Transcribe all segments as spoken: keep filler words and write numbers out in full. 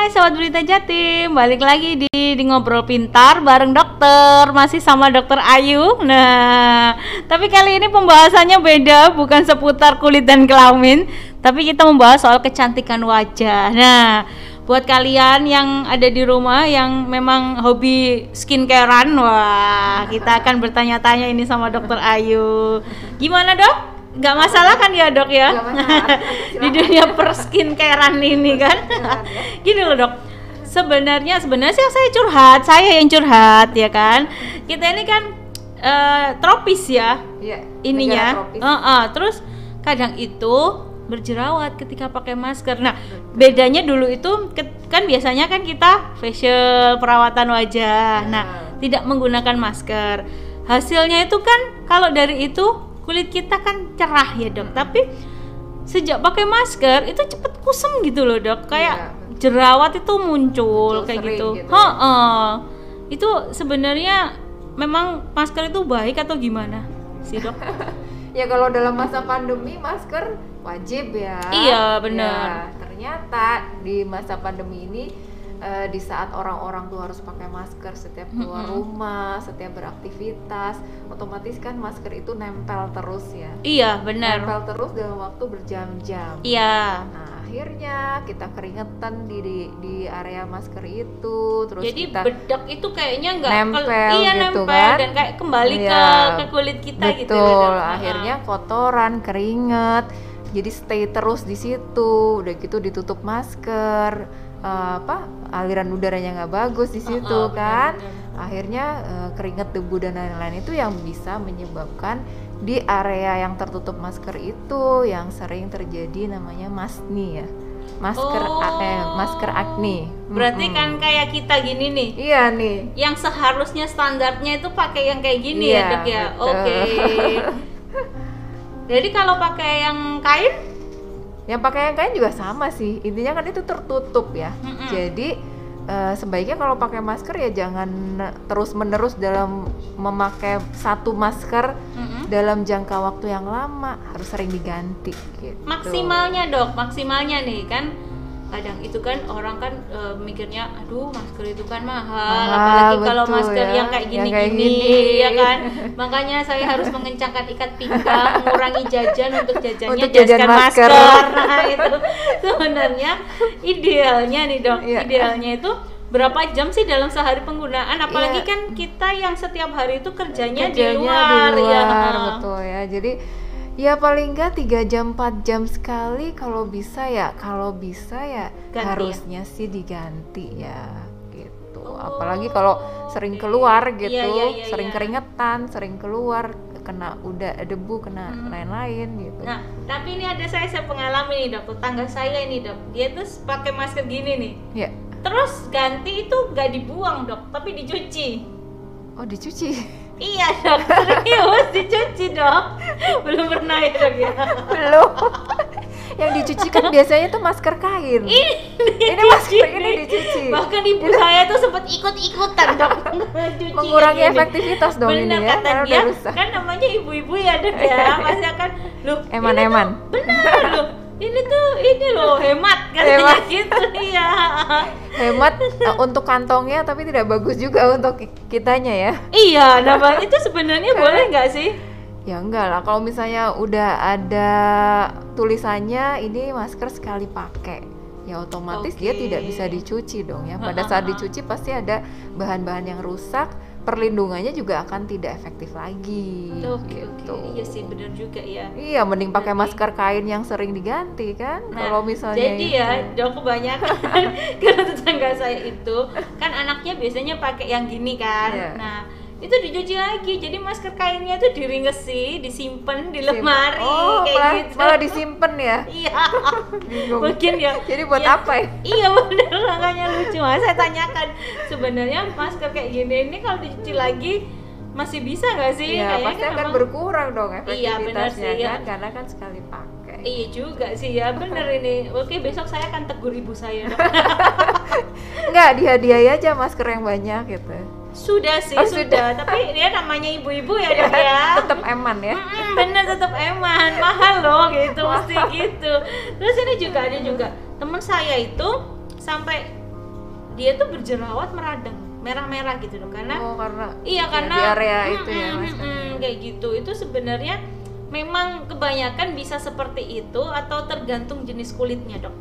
Hai Sobat Berita Jatim, balik lagi di, di Ngobrol Pintar bareng dokter, masih sama dokter Ayu. Nah, tapi kali ini pembahasannya beda, bukan seputar kulit dan kelamin, tapi kita membahas soal kecantikan wajah. Nah, buat kalian yang ada di rumah yang memang hobi skincarean, wah kita akan bertanya-tanya ini sama dokter Ayu. Gimana dok? Gak masalah kan ya dok ya? Gak masalah. Di dunia per skincarean ini kan. Gini loh dok, sebenarnya sebenarnya sih saya curhat, saya yang curhat ya kan. Kita ini kan uh, tropis ya, ya ininya. Uh, uh, terus kadang itu berjerawat ketika pakai masker. Nah, bedanya dulu itu kan biasanya kan kita facial, perawatan wajah. Nah, tidak menggunakan masker. Hasilnya itu kan kalau dari itu kulit kita kan cerah ya dok, tapi sejak pakai masker itu cepet kusam gitu loh dok, kayak ya, jerawat itu muncul, muncul kayak gitu, gitu ya. Ha-ha. Itu sebenarnya memang masker itu baik atau gimana sih dok? Ya kalau dalam masa pandemi masker wajib ya. Iya benar. Ya, ternyata di masa pandemi ini Uh, di saat orang-orang tuh harus pakai masker setiap keluar mm-hmm. rumah, setiap beraktivitas, otomatis kan masker itu nempel terus ya. Iya benar. Nempel terus dalam waktu berjam-jam. Iya. Nah akhirnya kita keringetan di di, di area masker itu, terus jadi kita bedak itu kayaknya nggak nempel, iya gitu nempel kan? Dan kayak kembali ya, ke ke kulit kita betul. gitu. Betul. Akhirnya kotoran, keringet, jadi stay terus di situ. Udah gitu ditutup masker. Uh, apa aliran udaranya nggak bagus di situ uh, uh, kan benar, benar. Akhirnya uh, keringat, debu dan lain-lain itu yang bisa menyebabkan di area yang tertutup masker itu yang sering terjadi namanya masni ya, masker oh. eh, masker akne. Berarti mm-hmm. kan kayak kita gini nih. Iya nih. Yang seharusnya standarnya itu pakai yang kayak gini iya, ya dok ya. Oke. Okay. Jadi kalau pakai yang kain? Yang pakai yang kain juga sama sih, intinya kan itu tertutup ya. Mm-hmm. Jadi uh, sebaiknya kalau pakai masker ya jangan terus menerus dalam memakai satu masker mm-hmm. dalam jangka waktu yang lama, harus sering diganti gitu. Maksimalnya dok, maksimalnya nih kan kadang itu kan orang kan e, mikirnya aduh masker itu kan mahal, mahal apalagi kalau masker ya, yang kayak gini-gini ya kan. Makanya saya harus mengencangkan ikat pinggang, mengurangi jajan untuk jajannya untuk jajan masker. masker. Nah itu sebenarnya idealnya nih dok, yeah. idealnya itu berapa jam sih dalam sehari penggunaan, apalagi yeah. kan kita yang setiap hari itu kerjanya, kerjanya di luar, di luar ya betul ya. Jadi ya paling enggak tiga jam empat jam sekali kalau bisa ya, kalau bisa ya ganti harusnya ya? Sih diganti ya gitu. Oh, apalagi kalau sering keluar gitu, iya, iya, iya, sering iya. keringetan, sering keluar, kena udah debu, kena hmm. lain-lain gitu. Nah, tapi ini ada saya saya pengalaman nih dok, tetangga saya ini dok, dia tuh pakai masker gini nih. Iya. Terus ganti itu nggak dibuang dok, tapi dicuci. Oh dicuci? Iya dok, serius dicuci dok. Belum pernah ya dok ya? Belum. Yang dicuci kan biasanya tuh masker kain. Ini, ini masker ini dicuci. Bahkan ibu saya tuh sempat ikut-ikutan dok mengurangi efektivitas dong. Bener, ini ya. Kata dia kan namanya ibu-ibu ya dok ya. Pasti akan loh. Eman-eman. Bener loh. Ini tuh ini loh hemat katanya gitu ya. Hemat uh, untuk kantongnya tapi tidak bagus juga untuk kitanya ya. Iya, nah bang itu sebenarnya boleh nggak sih? Ya enggak lah, kalau misalnya udah ada tulisannya ini masker sekali pakai, ya otomatis okay. dia tidak bisa dicuci dong ya. Pada saat dicuci pasti ada bahan-bahan yang rusak, perlindungannya juga akan tidak efektif lagi. Oke, gitu. oke. Iya sih benar juga ya. Iya, mending pakai masker kain yang sering diganti kan. Nah, kalau misalnya jadi itu. ya, dok kebanyakan karena tetangga saya itu kan anaknya biasanya pakai yang gini kan. Yeah. Nah, itu dicuci lagi. Jadi masker kainnya itu diringkesi, disimpan di lemari oh, kayak malah, gitu. malah disimpan ya. Iya. Mungkin ya. Jadi buat ya, apa ya? Iya benar, makanya lucu. Mas saya tanyakan sebenarnya masker kayak gini ini kalau dicuci lagi masih bisa nggak sih? Iya, kayaknya pasti kan akan memang berkurang dong efektivitasnya iya, kan, ya. karena kan sekali pakai. Iya juga sih ya, bener ini. Oke, besok saya akan tegur ibu saya dong. Enggak, dihadiahi aja masker yang banyak gitu. Sudah sih, oh, sudah. sudah. Tapi dia namanya ibu-ibu ya dok ya. Tetap eman ya. Mm-mm, bener tetap eman, mahal loh gitu, mesti gitu. Terus ini juga ada juga teman saya itu sampai dia tuh berjerawat meradang merah-merah gitu dok, karena oh karena iya ya, karena di area mm, itu ya mm, mas mm, mm, kayak gitu. Itu sebenarnya memang kebanyakan bisa seperti itu atau tergantung jenis kulitnya dok?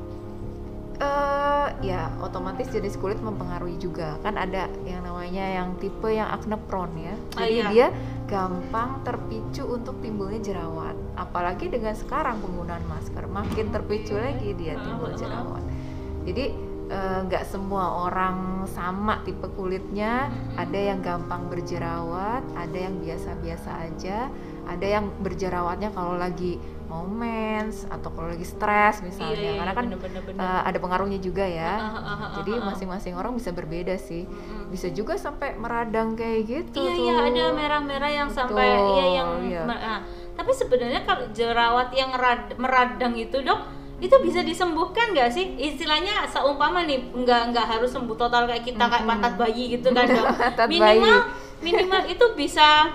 Uh, ya otomatis jenis kulit mempengaruhi juga, kan ada yang namanya yang tipe yang acne prone ya, Oh, jadi iya. dia gampang terpicu untuk timbulnya jerawat, apalagi dengan sekarang penggunaan masker makin terpicu lagi dia timbul jerawat. Jadi nggak uh, semua orang sama tipe kulitnya, ada yang gampang berjerawat, ada yang biasa-biasa aja, ada yang berjerawatnya kalau lagi mau mens atau kalau lagi stres misalnya, Iya, iya, karena kan bener, bener, bener. Uh, ada pengaruhnya juga ya. Ah, ah, ah, ah, Jadi ah, ah. masing-masing orang bisa berbeda sih. Mm-mm. Bisa juga sampai meradang kayak gitu Iya tuh. iya ada merah-merah yang sampai Betul, iya yang iya. mer- nah, tapi sebenarnya kalau jerawat yang rad- meradang itu dok, itu bisa disembuhkan nggak sih? Istilahnya seumpama nih, nggak nggak harus sembuh total kayak kita kayak Mm-mm. pantat bayi gitu kan dok. Pantat Minimal bayi. minimal itu bisa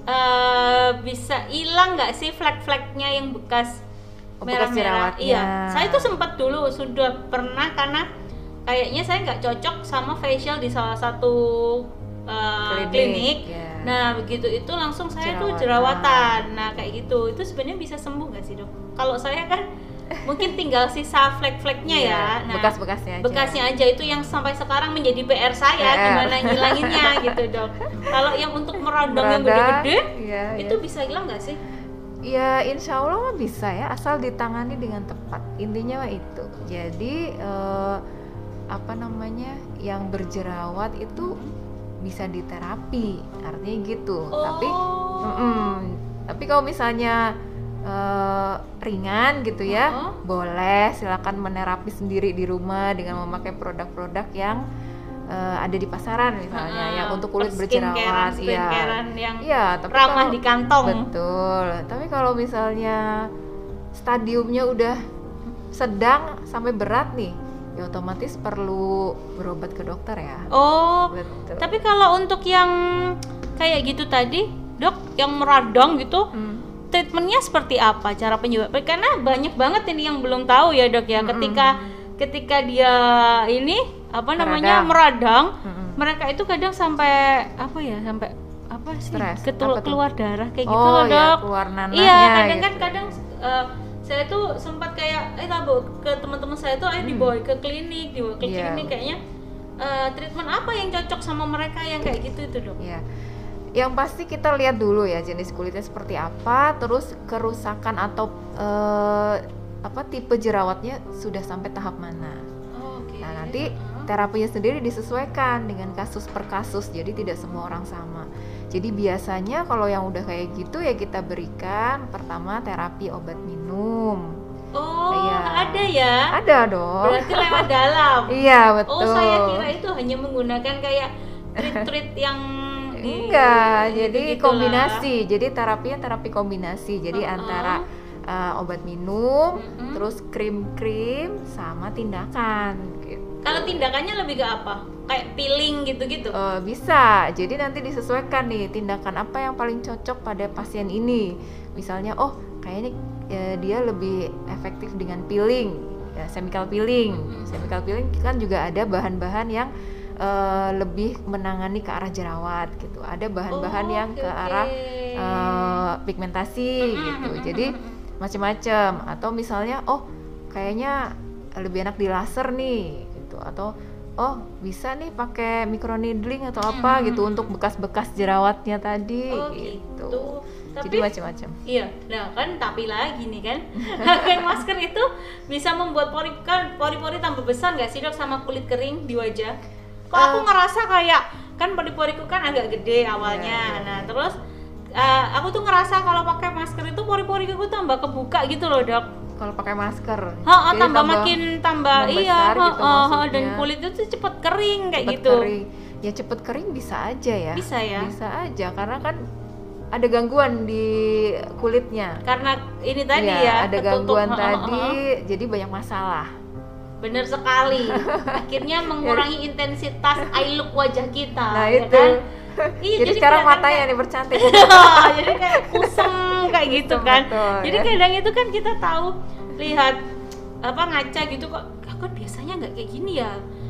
eh, bisa hilang nggak sih flek-fleknya yang bekas Oh, bekas merah-merah? jerawatnya. Iya, saya tuh sempat dulu sudah pernah karena kayaknya saya nggak cocok sama facial di salah satu uh, Klinik, klinik. ya. Nah begitu itu langsung saya tuh Jerawatan. jerawatan. Nah kayak gitu, itu sebenarnya bisa sembuh nggak sih dok? Kalau saya kan mungkin tinggal sisa flek-fleknya Iya, ya. Nah, bekas-bekasnya aja. bekasnya aja itu yang sampai sekarang menjadi P R saya, P R. gimana ngilanginnya gitu dok. Kalau yang untuk meradang yang Meradang, gede-gede, iya, itu iya. bisa hilang nggak sih? Ya insya Allah mah bisa ya, asal ditangani dengan tepat. Intinya mah itu. Jadi eh, apa namanya, yang berjerawat itu bisa diterapi, artinya gitu. Oh. Tapi, mm-mm. tapi kalau misalnya eh, ringan gitu ya, Oh. boleh silakan menerapi sendiri di rumah dengan memakai produk-produk yang eh, ada di pasaran misalnya, Ah, yang untuk kulit skincare-an, berjerawat, iya. skincare-an yang Iya, tapi ramah kalau- di kantong. Betul. Tapi kalau misalnya stadiumnya udah sedang sampai berat nih, ya otomatis perlu berobat ke dokter ya. Oh, Betul. tapi kalau untuk yang kayak gitu tadi, dok, yang meradang gitu, Hmm. treatmentnya seperti apa? Cara penyebab? Karena banyak banget ini yang belum tahu ya dok ya. Mm-mm. Ketika ketika dia ini apa namanya Meradang. meradang, Mm-mm. mereka itu kadang sampai apa ya? Sampai apa sih? Stres. Ketul- Apa tuh? keluar darah kayak gitu Oh, loh ya, dok. keluar nanahnya Iya, kadang kan gitu. kadang eh, saya tuh sempat kayak eh tahu ke teman-teman saya tuh eh dibawa ke klinik, dibawa ke Iya. klinik kayaknya eh, treatment apa yang cocok sama mereka yang kayak gitu itu dok? Ya. Yang pasti kita lihat dulu ya jenis kulitnya seperti apa, terus kerusakan atau eh, apa tipe jerawatnya sudah sampai tahap mana. Oh, oke. Nah, nanti Heeh. terapinya sendiri disesuaikan dengan kasus per kasus, jadi tidak semua orang sama. Jadi biasanya kalau yang udah kayak gitu ya kita berikan pertama terapi obat minum. Oh, Iya. ada ya? Ada dong. Berarti lewat dalam. Iya, betul. Oh, saya kira itu hanya menggunakan kayak treat-treat yang di- Enggak, jadi gitu-gitulah. kombinasi. Jadi terapinya terapi kombinasi. Jadi Uh-uh. antara uh, obat minum, Mm-mm. terus krim-krim sama tindakan gitu. Kalau tindakannya lebih ke apa? Kayak peeling gitu-gitu. Eh, bisa, jadi nanti disesuaikan nih tindakan apa yang paling cocok pada pasien ini. Misalnya, oh kayaknya eh, dia lebih efektif dengan peeling, ya, chemical peeling. Mm-mm. Chemical peeling kan juga ada bahan-bahan yang eh, lebih menangani ke arah jerawat gitu. Ada bahan-bahan Oh, yang oke, ke oke. arah eh, pigmentasi Mm-mm, gitu. mm-mm, Jadi mm-mm. macam-macam. Atau misalnya, oh kayaknya lebih enak di laser nih gitu. Atau oh bisa nih pakai microneedling atau apa Hmm. gitu untuk bekas-bekas jerawatnya tadi Oh, gitu. gitu. Tapi Jadi macam-macam. iya, nah kan tapi lagi nih kan, pakai masker itu bisa membuat pori kan pori-pori tambah besar nggak sih dok sama kulit kering di wajah? Kok aku Eh. ngerasa kayak kan pori-poriku kan agak gede awalnya, Iya, iya, nah iya. terus eh, aku tuh ngerasa kalau pakai masker itu pori-poriku tambah kebuka gitu loh dok. Kalau pakai masker, Ha, jadi tambah, makin tambah iya, membesar ha, gitu ha, ha, maksudnya. dan kulit itu tuh cepet kering kayak cepet gitu. kering. Ya cepet kering bisa aja ya. Bisa ya? Bisa aja karena kan ada gangguan di kulitnya. Karena ini tadi Iya, ya, ada ketutup, gangguan ha, ha, ha, tadi, ha. jadi banyak masalah. Bener sekali. Akhirnya mengurangi intensitas eye look wajah kita. Nah ya itu. kan? Iya, jadi, sekarang kelihatan matanya kayak- nih bercantik. jadi kayak kusem kayak gitu Kusem, kan. betul, Jadi ya. kadang itu kan kita tahu lihat apa ngaca gitu kok, "Ah, kok biasanya nggak kayak gini ya."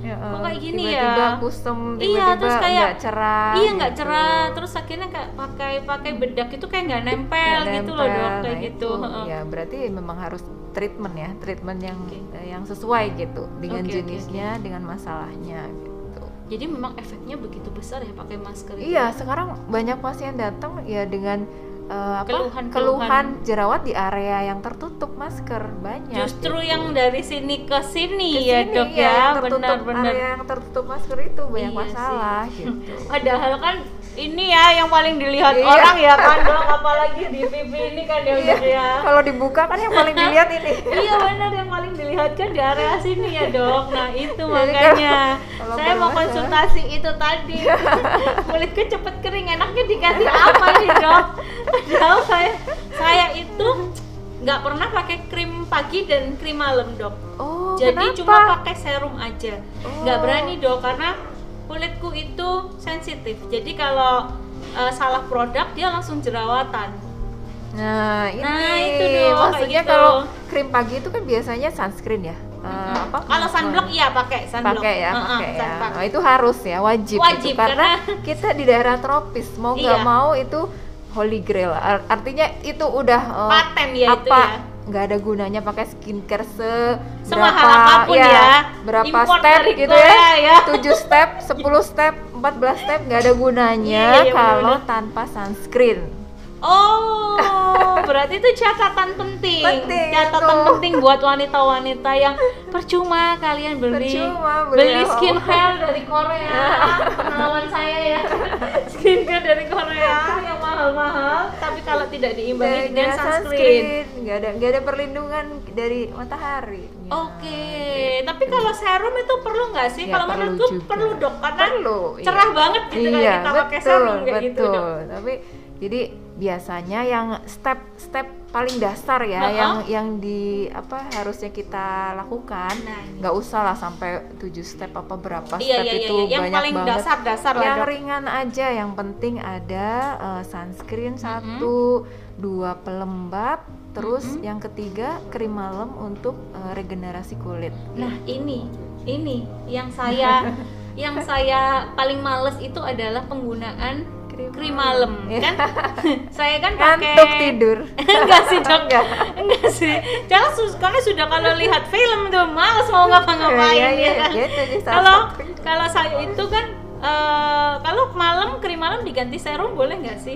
Ya, kok kayak gini tiba-tiba ya kusem, iya tiba-tiba terus kayak nggak cerah iya nggak gitu. cerah terus akhirnya kayak pakai pakai bedak itu kayak nggak nempel, Nggak gitu loh nempel. dok kayak Nah, gitu. itu, Heeh. ya berarti memang harus treatment ya, treatment yang Oke. eh, yang sesuai gitu dengan Oke, oke, jenisnya, dengan masalahnya gitu. Jadi memang efeknya begitu besar ya pakai masker itu. Iya, sekarang banyak pasien datang ya dengan eh, apa? Keluhan-keluhan. keluhan jerawat di area yang tertutup masker banyak. Justru gitu. yang dari sini ke sini, Kesini, ya dok iya, ya, yang tertutup, benar-benar. area yang tertutup masker itu banyak Iya masalah sih. gitu. Padahal kan ini ya yang paling dilihat Iya. orang ya kan dok, apalagi di pipi ini kan ya Iya, dok ya. kalau dibuka kan yang paling dilihat ini. Iya benar, yang paling dilihat kan di area sini ya dok. Nah itu Jadi makanya kalau saya mau bermasalah- konsultasi itu tadi. Kulitku cepet kering, enaknya dikasih apa nih dok? Padahal saya saya itu nggak pernah pakai krim pagi dan krim malam dok. Oh, Jadi kenapa? cuma pakai serum aja. Nggak Oh. berani dok karena kulitku itu sensitif. Jadi kalau uh, salah produk dia langsung jerawatan. Nah, ini Nah, itu dong, maksudnya kayak gitu. kalau krim pagi itu kan biasanya sunscreen ya. Eh, Mm-mm. apa? Kalau sunblock iya pakai sunblock. pakai ya, Uh-uh, pakai ya. sunblock. Nah, itu harus ya, wajib, Wajib, itu. karena karena- kita di daerah tropis mau nggak Iya. mau itu holy grail. Ar- Artinya itu udah eh, Paten ya itu apa ya. nggak ada gunanya pakai skincare se Semahal berapa apapun ya. berapa Import step dari gitu Korea ya, ya. tujuh step, sepuluh step, empat belas step nggak ada gunanya Iya, iya, kalau bener-bener. tanpa sunscreen. Oh, berarti itu catatan penting. Penting, Catatan itu. penting buat wanita-wanita yang percuma kalian beli Percuma beli beli apa. skincare dari Korea. Pengalaman saya ya. Skincare dari Korea yang mahal-mahal, tapi kalau tidak diimbangi dengan sunscreen. nggak ada nggak ada perlindungan dari matahari. Oke, tapi kalau serum itu perlu nggak sih? Ya, Kalau perlu menurutku juga. perlu dok, karena Perlu, cerah iya. banget gitu kan Iya, kita pakai betul, serum kayak gitu betul. dok. Tapi jadi biasanya yang step-step paling dasar ya, Uh-uh. yang yang di apa harusnya kita lakukan, Nah, ini. nggak usah lah sampai tujuh step apa berapa Iya, step iya, iya, itu iya. Yang banyak paling banget. dasar-dasar lah Yang dok. ringan aja, yang penting ada uh, sunscreen satu, dua pelembab, terus Mm-mm. yang ketiga krim malam untuk uh, regenerasi kulit. Nah ini, ini yang saya yang saya paling males itu adalah penggunaan krim malam Iya. kan. Saya kan pakai Ngantuk tidur. enggak sih dok, Enggak. enggak sih. Jangan sus, karena sudah kalau lihat film tuh males mau ngapa-ngapain Iya, ya iya, kan. gitu, jadi salah Kalau satu. kalau saya itu kan eh, kalau malam krim malam diganti serum boleh nggak sih?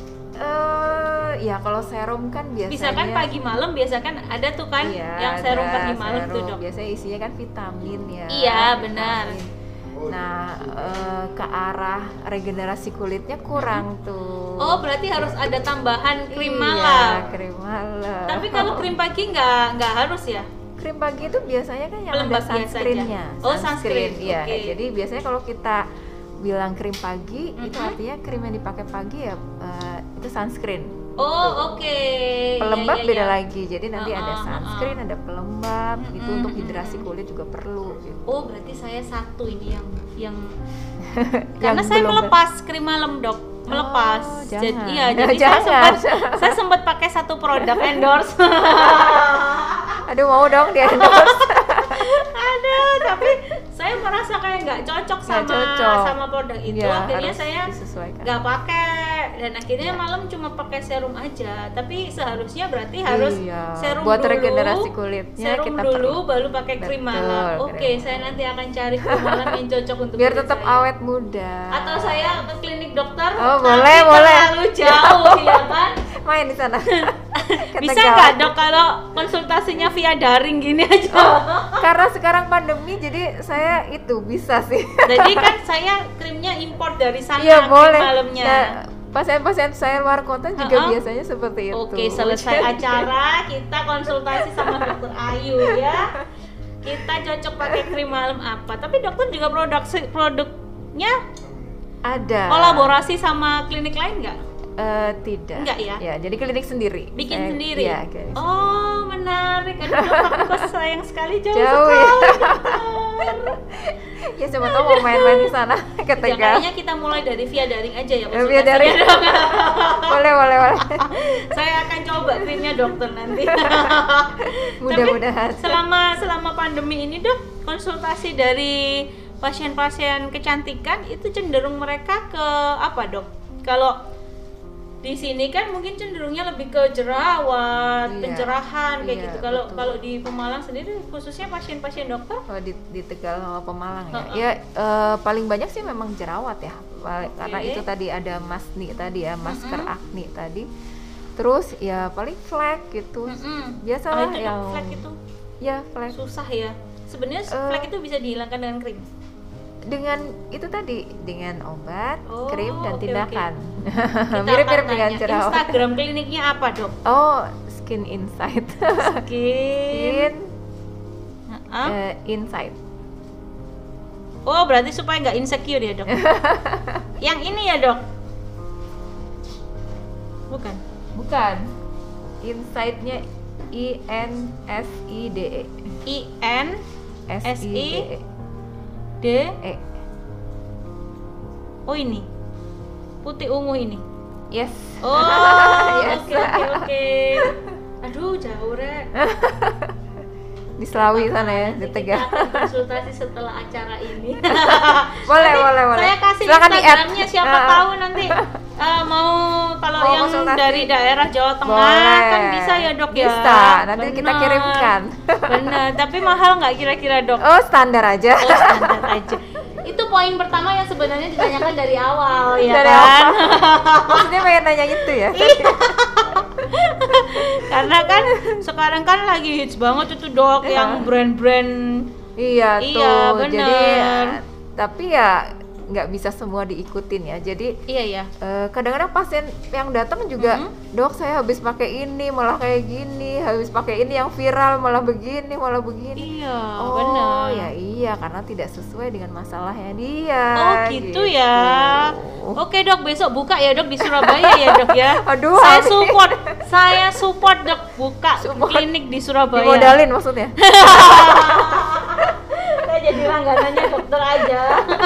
Eh, ya kalau serum kan biasanya Bisa kan pagi malam biasa kan ada tuh kan iya, yang serum ada pagi malam tuh serum. dok. Biasanya isinya kan vitamin ya. Iya, benar. vitamin. Nah, eh, ke arah regenerasi kulitnya kurang tuh. Oh berarti harus ada tambahan krim Iya, malam. krim malam. Tapi kalau krim pagi nggak nggak harus ya? krim pagi itu biasanya kan yang Pelembab ada biasa sunscreen-nya. aja. Oh, sunscreen, Iya. oke. Jadi biasanya kalau kita bilang krim pagi, itu Mhm. artinya krim yang dipakai pagi ya eh, itu sunscreen. Oh oke. Pelembab Iya, iya, beda iya. lagi. Jadi nanti Uh-uh, ada sunscreen, ada pelembab, itu Mm-mm, untuk mm-mm. hidrasi kulit juga perlu gitu. Oh berarti saya satu ini yang yang Yang karena saya belum- melepas krim malam dok, melepas. Oh, Jadi jangan. iya, jadi saya Jangan. sempat saya sempat pakai satu produk endorse. Aduh, mau dong di endorse. Aduh, tapi saya merasa kayak nggak cocok Nggak sama cocok. sama produk itu. Iya, Akhirnya harus saya disesuaikan. nggak pakai dan akhirnya Iya. malam cuma pakai serum aja. Tapi seharusnya berarti harus Iya, serum buat dulu, regenerasi kulitnya serum kita dulu, perlu. baru pakai krim Betul, malam. Oke, krim saya nanti akan cari krim malam yang cocok untuk Biar kulit tetap saya. awet muda. Atau saya ke klinik dokter. Oh, tapi boleh, boleh. terlalu jauh, ya kan? Main di sana. Ke Bisa Tegal. nggak dok kalau konsultasinya via daring gini aja? Oh, karena sekarang pandemi jadi saya itu bisa sih. Jadi kan saya krimnya import dari sana, Iya, krim boleh. malamnya. Nah, pasien-pasien saya luar kota juga Uh-uh. biasanya seperti itu. Oke, selesai acara kita konsultasi sama dokter Ayu ya. Kita cocok pakai krim malam apa? Tapi dokter juga produk produknya Ada. kolaborasi sama klinik lain nggak? Eh, tidak. Enggak ya? Ya, jadi klinik sendiri. Bikin Saya- sendiri? Iya, klinik Oh, menarik. Aduh, dok, aku kok sayang sekali jauh, Jauh, sekali, ya. dokter. Ya siapa tahu mau main-main di sana Ya, ketika. kayaknya kita mulai dari via daring aja ya. Ya, via daring. boleh boleh boleh. Saya akan coba krimnya dokter nanti. Mudah-mudahan. Tapi selama selama pandemi ini dok, konsultasi dari pasien-pasien kecantikan itu cenderung mereka ke apa dok? Kalau di sini kan mungkin cenderungnya lebih ke jerawat, Iya, pencerahan kayak iya, gitu. Kalau betul. kalau di Pemalang sendiri khususnya pasien-pasien dokter? Kalau di, di Tegal sama Pemalang ya, Ha-ha. ya eh, paling banyak sih memang jerawat ya, Pal- Oke. karena itu tadi ada masni tadi ya, masker Mm-mm. acne tadi, terus ya paling flek gitu, Mm-mm. biasalah Ah, itu dok, yang flek itu ya flek susah ya. Sebenarnya Eh. flek itu bisa dihilangkan dengan krim. dengan itu tadi dengan obat, Oh, krim dan oke, tindakan, Kita mirip-mirip akan dengan tanya, jerawat. Instagram kliniknya apa dok? Oh, Skin Insight, Skin. Skin Hah? eh, Insight. Oh berarti supaya nggak insecure ya dok? Yang ini ya dok? Bukan. Bukan, Insight-nya I N S I D E. I N S I D E. D. E. Oh ini. Putih ungu ini. Yes. Oh Yes. oke oke oke. Aduh jauh rek. Di Selawi sana ya, Nanti di Tegal. Kita akan konsultasi setelah acara ini. Boleh, Nanti boleh, boleh. Saya kasih Silakan di-add. Instagramnya siapa Ah. tahu nanti eh, mau kalau Mau yang konsultasi. dari daerah Jawa Tengah Boleh. kan bisa ya dok ya. Bisa, nanti kita Bener. kirimkan. Benar, tapi mahal nggak kira-kira dok? Oh, standar aja. Oh standar aja. Itu poin pertama yang sebenarnya ditanyakan dari awal ya Dari kan? Maksudnya pengen nanya itu ya. Karena kan sekarang kan lagi hits banget itu dok yang brand-brand. Iya, Iya, tuh. bener. Jadi tapi ya nggak bisa semua diikutin ya. Jadi Iya ya. eh, kadang-kadang pasien yang datang juga, dok saya habis pakai ini malah kayak gini, habis pakai ini yang viral malah begini, malah begini. Iya, Oh benar. ya iya, karena tidak sesuai dengan masalahnya dia. Oh gitu, ya. Oke dok, besok buka ya dok di Surabaya ya dok ya. Aduh, saya Abi. support, saya support dok buka Support. klinik di Surabaya. Dimodalin maksudnya. Saya jadi langganannya dokter aja.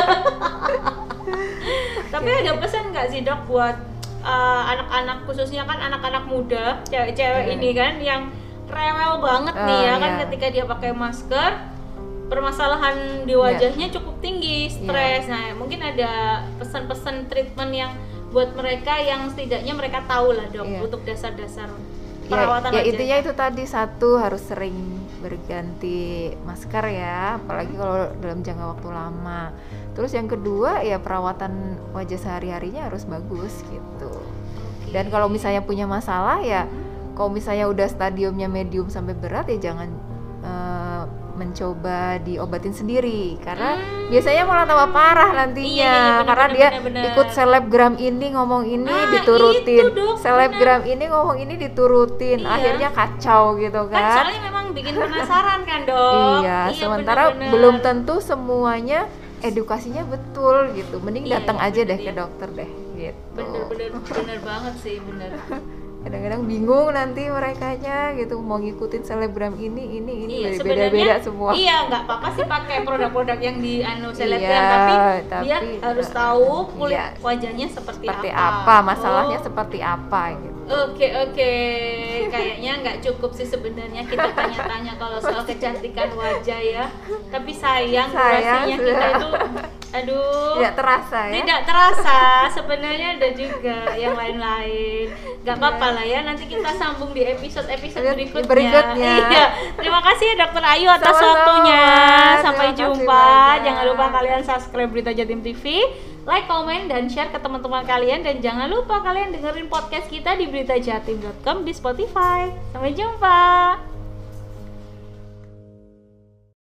Tapi ada pesan nggak sih dok buat uh, anak-anak khususnya kan anak-anak muda, cewek-cewek Iya. ini kan yang rewel banget nih Oh, ya kan iya. ketika dia pakai masker, permasalahan di wajahnya cukup tinggi, stres. Nah, mungkin ada pesan-pesan treatment yang buat mereka yang setidaknya mereka tahu lah dok Iya. untuk dasar-dasar Ya, perawatan ya wajah. intinya itu tadi, satu harus sering berganti masker ya, apalagi kalau dalam jangka waktu lama. Terus yang kedua ya perawatan wajah sehari-harinya harus bagus gitu. Dan kalau misalnya punya masalah ya, kalau misalnya udah stadiumnya medium sampai berat ya jangan eh, mencoba diobatin sendiri, karena Hmm. biasanya malah tambah parah nantinya. Iya, iya, benar, karena benar, dia benar, benar. ikut selebgram ini ngomong ini Ah, diturutin, itu, Dok, selebgram ini ngomong ini diturutin, Iya. akhirnya kacau gitu Kan kan. soalnya memang bikin penasaran kan dok. Iya, sementara benar-benar. belum tentu semuanya edukasinya betul gitu. Mending Iya, datang iya, aja benar deh ke dia. dokter deh gitu. Bener-bener bener banget sih bener. Kadang-kadang bingung nanti merekanya gitu, mau ngikutin selebgram ini ini ini Iya, beda-beda sebenarnya semua. iya nggak apa-apa sih pakai produk-produk yang di anu selebgram, Iya, tapi, tapi, dia harus eh, tahu kulit iya. wajahnya seperti, Seperti apa. apa, masalahnya Oh, seperti apa gitu. Oke oke, kayaknya nggak cukup sih sebenarnya kita tanya-tanya kalau soal kecantikan wajah ya. Tapi sayang Sayang, durasinya kita sudah. itu, aduh. Tidak terasa ya. Tidak terasa, sebenarnya ada juga yang lain-lain. Gak apa-apa lah ya, nanti kita sambung di episode-episode Iya, berikutnya. berikutnya. Iya. Terima kasih ya Dokter Ayu atas Sama-sama. waktunya. Sampai Terima kasih jumpa. banyak. Jangan lupa kalian subscribe Berita Jatim T V, like, komen, dan share ke teman-teman kalian. Dan jangan lupa kalian dengerin podcast kita di berita jatim dot com di Spotify. Sampai jumpa.